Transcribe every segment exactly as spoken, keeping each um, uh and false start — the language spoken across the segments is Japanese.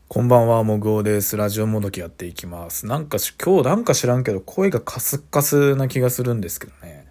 こんばんは、もぐおです。ラジオもどきやっていきます。なんかし、今日なんか知らんけど、声がカスッカスな気がするんですけどね。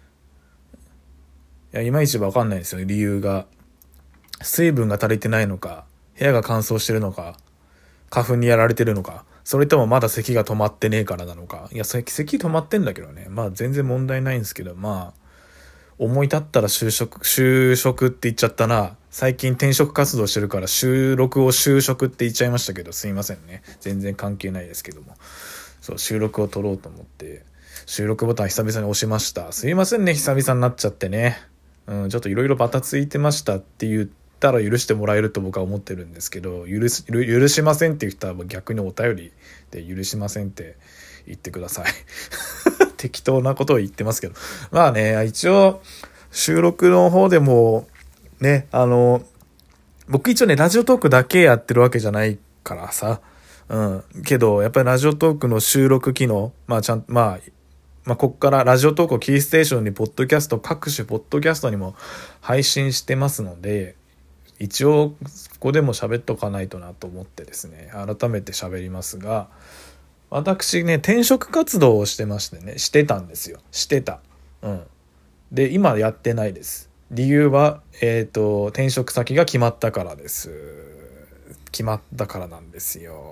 いや、いまいちわかんないですよね、理由が。水分が足りてないのか、部屋が乾燥してるのか、花粉にやられてるのか、それともまだ咳が止まってねえからなのか。いや、咳、咳止まってんだけどね。まあ全然問題ないんですけど、まあ、思い立ったら就職、就職って言っちゃったな。最近転職活動してるから収録を就職って言っちゃいましたけど、すいませんね。全然関係ないですけども。そう、収録を撮ろうと思って、収録ボタン久々に押しました。すいませんね、久々になっちゃってね。うん、ちょっといろいろバタついてましたって言ったら許してもらえると僕は思ってるんですけど、許す、許しませんっていう人は逆にお便りで許しませんって言ってください。適当なことを言ってますけど。まあね、一応、収録の方でも、ね、あの、僕一応ね、ラジオトークだけやってるわけじゃないからさ。うん。けど、やっぱりラジオトークの収録機能、まあちゃん、まあ、まあ、こっからラジオトークをキーステーションに、ポッドキャスト、各種ポッドキャストにも配信してますので、一応、ここでも喋っとかないとなと思ってですね、改めて喋りますが、私ね、転職活動をしてましてね、してたんですよ。してた。うん。で、今やってないです。理由は、えっと、転職先が決まったからです。決まったからなんですよ。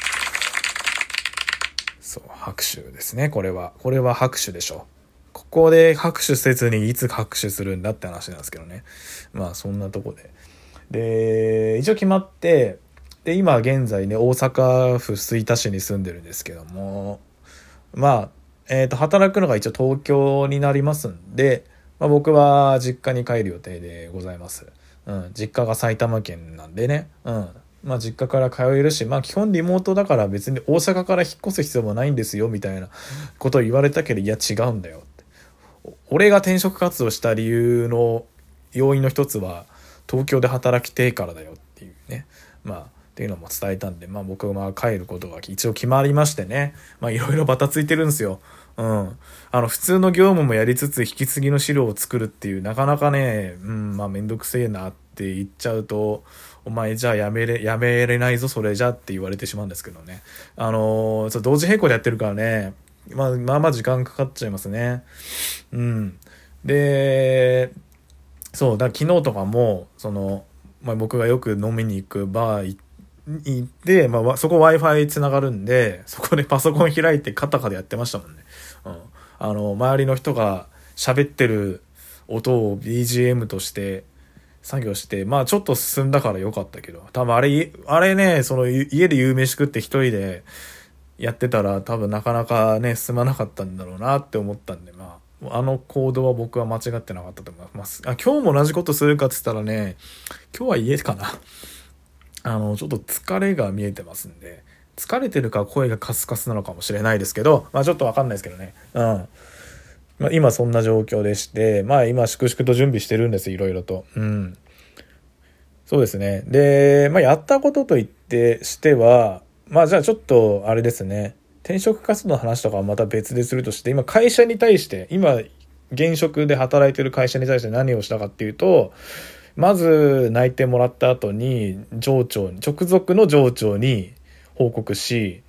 そう、拍手ですね、これは。これは拍手でしょ。ここで拍手せずにいつ拍手するんだって話なんですけどね。まあ、そんなとこで。で、一応決まって、で、今現在ね、大阪府吹田市に住んでるんですけども、まあ、えっと、働くのが一応東京になりますんで、まあ、僕は実家に帰る予定でございます。うん、実家が埼玉県なんでね、うん。まあ、実家から通えるし、まあ、基本リモートだから別に大阪から引っ越す必要もないんですよ、みたいなことを言われたけど、いや、違うんだよって。俺が転職活動した理由の要因の一つは、東京で働きてえからだよっていうね。まあ、っていうのも伝えたんで、まあ僕はまあ帰ることが一応決まりましてね。まあいろいろバタついてるんですよ。うん。あの、普通の業務もやりつつ引き継ぎの資料を作るっていう、なかなかね、うん、まあめんどくせえなって言っちゃうと、お前じゃあやめれ、やめれないぞ、それじゃって言われてしまうんですけどね。あのー、そう同時並行でやってるからね、まあまあまあ時間かかっちゃいますね。うん。で、そうだ、昨日とかもその、まあ、僕がよく飲みに行くバー行って、まあ、そこ Wi-Fi つながるんで、そこでパソコン開いてカタカタやってましたもんね。うん、あの周りの人が喋ってる音を ビージーエム として作業して、まあちょっと進んだから良かったけど、多分あれあれね、その家で夕飯食って一人でやってたら多分なかなかね進まなかったんだろうなって思ったんで、まああの行動は僕は間違ってなかったと思います。あ、今日も同じことするかって言ったらね、今日は家かな。あの、ちょっと疲れが見えてますんで、疲れてるか声がカスカスなのかもしれないですけど、まあちょっとわかんないですけどね。うん。まあ今そんな状況でして、まあ今粛々と準備してるんです、いろいろと。うん。そうですね。で、まあやったことといってしては、まあじゃあちょっとあれですね。転職活動の話とかはまた別でするとして、今会社に対して、今現職で働いてる会社に対して何をしたかっていうと、まず内定もらった後に上長に、直属の上長に報告し、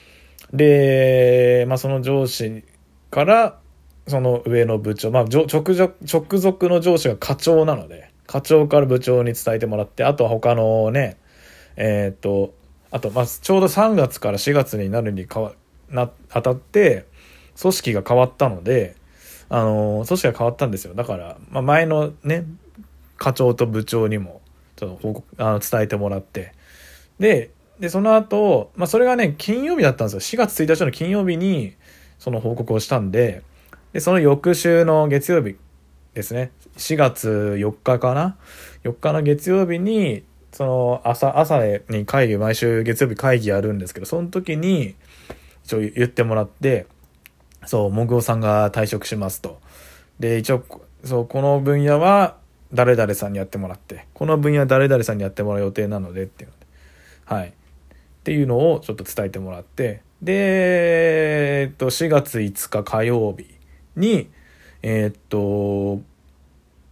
で、まあその上司からその上の部長、まあ直属、直属の上司が課長なので、課長から部長に伝えてもらって、あとは他のね、えーっと、あと、まあちょうどさんがつからしがつになるにかわ、な、当たって、組織が変わったので、あの、組織が変わったんですよ。だから、まあ前のね、課長と部長にもちょっと報告あの伝えてもらって、ででその後、まあそれがね金曜日だったんですよ。しがつついたちの金曜日にその報告をしたんで、でその翌週の月曜日ですね、しがつよっかかな、よっかの月曜日にその朝朝に会議、毎週月曜日会議やるんですけど、その時に一応言ってもらって、そうもぐおさんが退職しますと。で一応そうこの分野は誰々さんにやってもらって、この分野は誰々さんにやってもらう予定なのでっていうので、はい。っていうのをちょっと伝えてもらって、で、えっと、しがついつか火曜日に、えっと、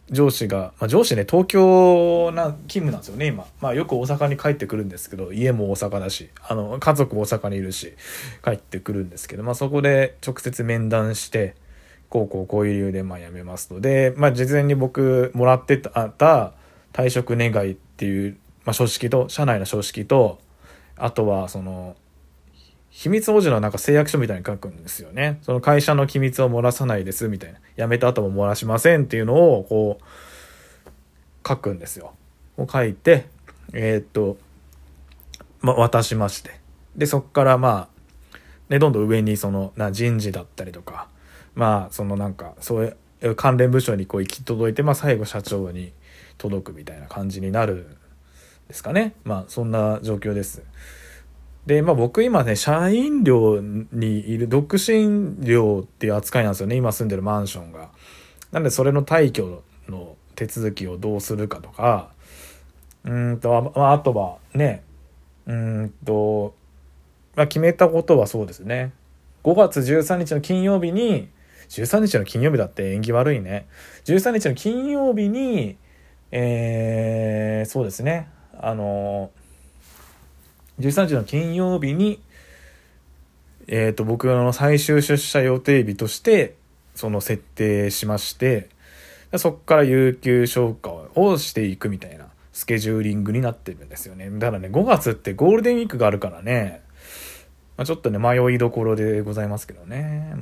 上司が、まあ、上司ね東京な勤務なんですよね今。まあよく大阪に帰ってくるんですけど、家も大阪だし、あの家族も大阪にいるし帰ってくるんですけど、まあそこで直接面談して、こうこうこういう理由でまあ辞めますので、まあ事前に僕もらってた退職願いっていう、まあ、書式と社内の書式と、あとはその秘密保持のなんか誓約書みたいに書くんですよね。その会社の機密を漏らさないですみたいな、辞めた後も漏らしませんっていうのをこう書くんですよ。を書いて、えー、っとま渡しまして、でそこからまあねどんどん上にそのな人事だったりとか、まあそのなんかそういう関連部署にこう行き届いて、まあ最後社長に届くみたいな感じになるんですかね。まあそんな状況です。で、まあ僕今ね、社員寮にいる、独身寮っていう扱いなんですよね。今住んでるマンションが。なんでそれの退去の手続きをどうするかとか、うーんと、まあ、あとはね、うーんと、まあ決めたことはそうですね。ごがつじゅうさんにちの金曜日に、じゅうさんにちの金曜日だって縁起悪いね。じゅうさんにちの金曜日に、えー、そうですね。あの、じゅうさんにちの金曜日に、えーと、僕の最終出社予定日として、その設定しまして、そこから有給消化をしていくみたいなスケジューリングになってるんですよね。だからね、ごがつってゴールデンウィークがあるからね、まあ、ちょっとね、迷いどころでございますけどね。うん、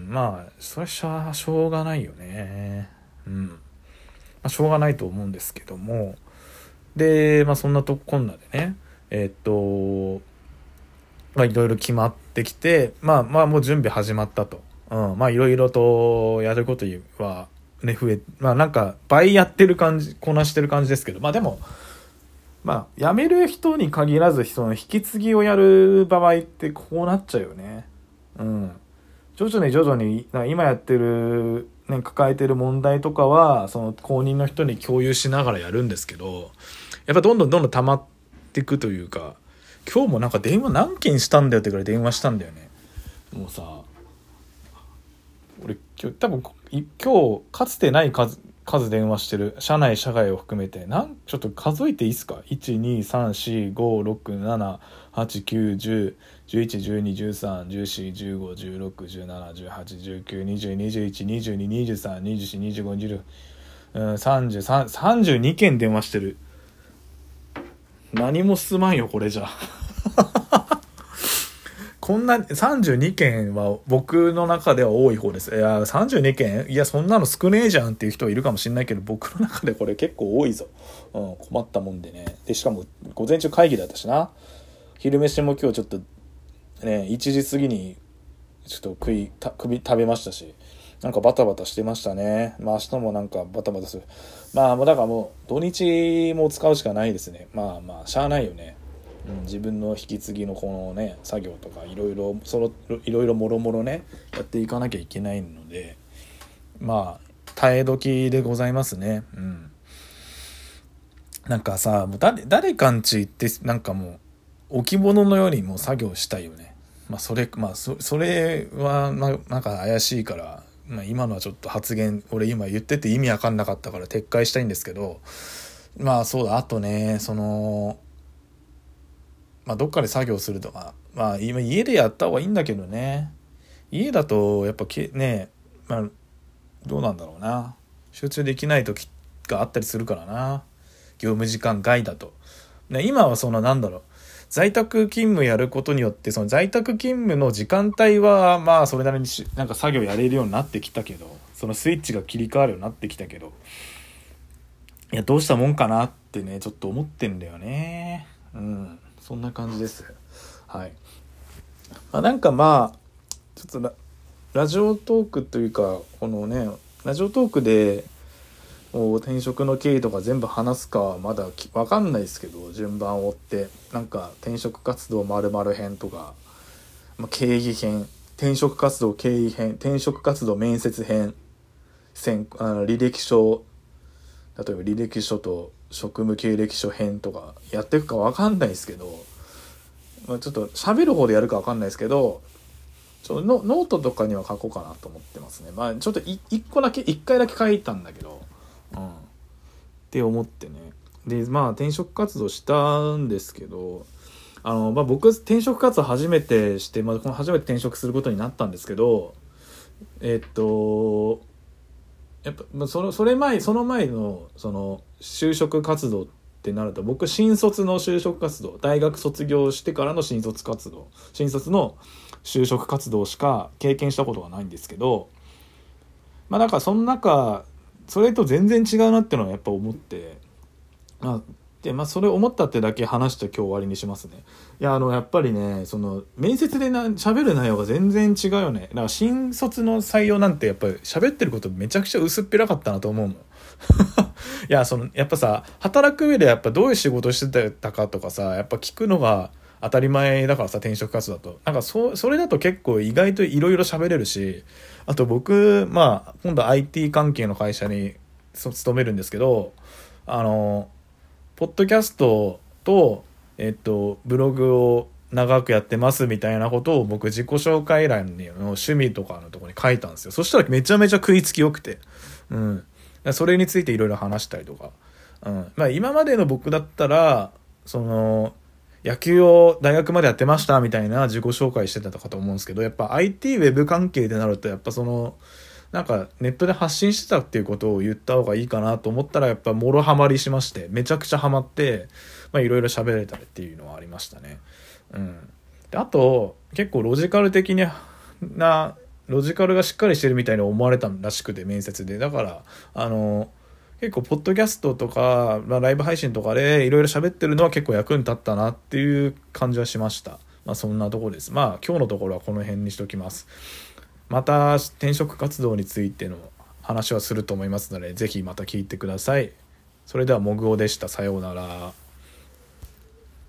まあ、それはしゃしょうがないよね。うん。まあ、しょうがないと思うんですけども。で、まあ、そんなとこんなでね、えーっと、まあ、いろいろ決まってきて、まあまあもう準備始まったと。うん、まあいろいろとやることはね、増え、まあなんか倍やってる感じ、こなしてる感じですけど、まあでも、まあ辞める人に限らず、その引き継ぎをやる場合ってこうなっちゃうよね。うん。徐々に徐々に、今やってる、ね、抱えてる問題とかは、その後任の人に共有しながらやるんですけど、やっぱどんどんどんどん溜まっていくというか、今日もなんか電話何件したんだよってくらい電話したんだよね。もうさ、俺今日多分今日かつてない数数電話してる。社内社外を含めてなんちょっと数えていいっすか。 いちにさんしごろくななはちきゅうじゅうじゅういちじゅうにじゅうさんじゅうよんじゅうごじゅうろくじゅうななじゅうはちじゅうきゅうにじゅうにじゅういちにじゅうににじゅうさんにじゅうよんにじゅうごにじゅうろく、うん、さんじゅうさん、さんじゅうにけん電話してる。何も進まんよこれじゃ。こんなさんじゅうにけんは僕の中では多い方です。いやさんじゅうにけん、いやそんなの少ねえじゃんっていう人はいるかもしれないけど、僕の中でこれ結構多いぞ。うん、困ったもんでね。でしかも午前中会議だったしな。昼飯も今日ちょっとねいちじ過ぎにちょっと食いた首食べましたし、なんかバタバタしてましたね。まあ明日もなんかバタバタする。まあもうだからもう土日も使うしかないですね。まあまあしゃあないよね。うん、自分の引き継ぎのこのね作業とかいろいろそのいろいろもろもろねやっていかなきゃいけないので、まあ耐え時でございますね。うん。なんかさ、もう誰誰かんち行ってなんかもう置物のようにもう作業したいよね。まあそれまあそそれはななんか怪しいから、まあ今のはちょっと発言俺今言ってて意味わかんなかったから撤回したいんですけど、まあそうだ、あとねその。まあ、どっかで作業するとか、まあ、今家でやった方がいいんだけどね。家だと、やっぱけ、ね、まあ、どうなんだろうな。集中できない時があったりするからな。業務時間外だと。ね、今はその、なんだろう。在宅勤務やることによって、その在宅勤務の時間帯は、まあ、それなりにしなんか作業やれるようになってきたけど、そのスイッチが切り替わるようになってきたけど、いや、どうしたもんかなってね、ちょっと思ってんだよね。うん。そんな感じです。はい。まあ、なんかまあちょっと ラ, ラジオトークというかこのねラジオトークで転職の経緯とか全部話すかはまだ分かんないですけど、順番を追ってなんか転職活動〇〇編とか、まあ、経緯編、転職活動経緯編、転職活動面接編、あの履歴書、例えば履歴書と職務経歴書編とかやっていくか分かんないですけど、まあ、ちょっと喋る方でやるか分かんないですけど、ちょノノートとかには書こうかなと思ってますね。まあちょっとい一個だけ一回だけ書いたんだけど、うん、 って思ってね。でまあ転職活動したんですけど、あの、まあ、僕転職活動初めてして、まあ、この初めて転職することになったんですけど、えっとやっぱ、まあ、そのそれ前その前のその就職活動ってなると、僕新卒の就職活動、大学卒業してからの新卒活動新卒の就職活動しか経験したことがないんですけど、まあなんかその中それと全然違うなってのはやっぱ思って、まあでまあそれ思ったってだけ話して今日終わりにしますね。いやあのやっぱりね、その面接でな喋る内容が全然違うよね。だから新卒の採用なんてやっぱり喋ってることめちゃくちゃ薄っぺらかったなと思うもん。いやそのやっぱさ、働く上でやっぱどういう仕事してたかとかさ、やっぱ聞くのが当たり前だからさ、転職活動だとなんかそそれだと結構意外といろいろ喋れるし、あと僕まあ今度 アイティー 関係の会社に勤めるんですけど、あのポッドキャストと、えっと、ブログを長くやってますみたいなことを僕自己紹介欄にの趣味とかのところに書いたんですよ。そしたらめちゃめちゃ食いつきよくて、うん。それについていろいろ話したりとか、うん。まあ今までの僕だったら、その、野球を大学までやってましたみたいな自己紹介してたかと思うんですけど、やっぱ アイティー ウェブ関係でなると、やっぱその、なんかネットで発信してたっていうことを言った方がいいかなと思ったら、やっぱもろハマりしまして、めちゃくちゃハマって、まあいろいろ喋れたりっていうのはありましたね。うん。であと結構ロジカル的になロジカルがしっかりしてるみたいに思われたらしくて、面接で。だからあの結構ポッドキャストとか、まあ、ライブ配信とかでいろいろ喋ってるのは結構役に立ったなっていう感じはしました。まあそんなところです。まあ今日のところはこの辺にしときます。また転職活動についての話はすると思いますので、ぜひまた聞いてください。それではもぐおでした。さようなら。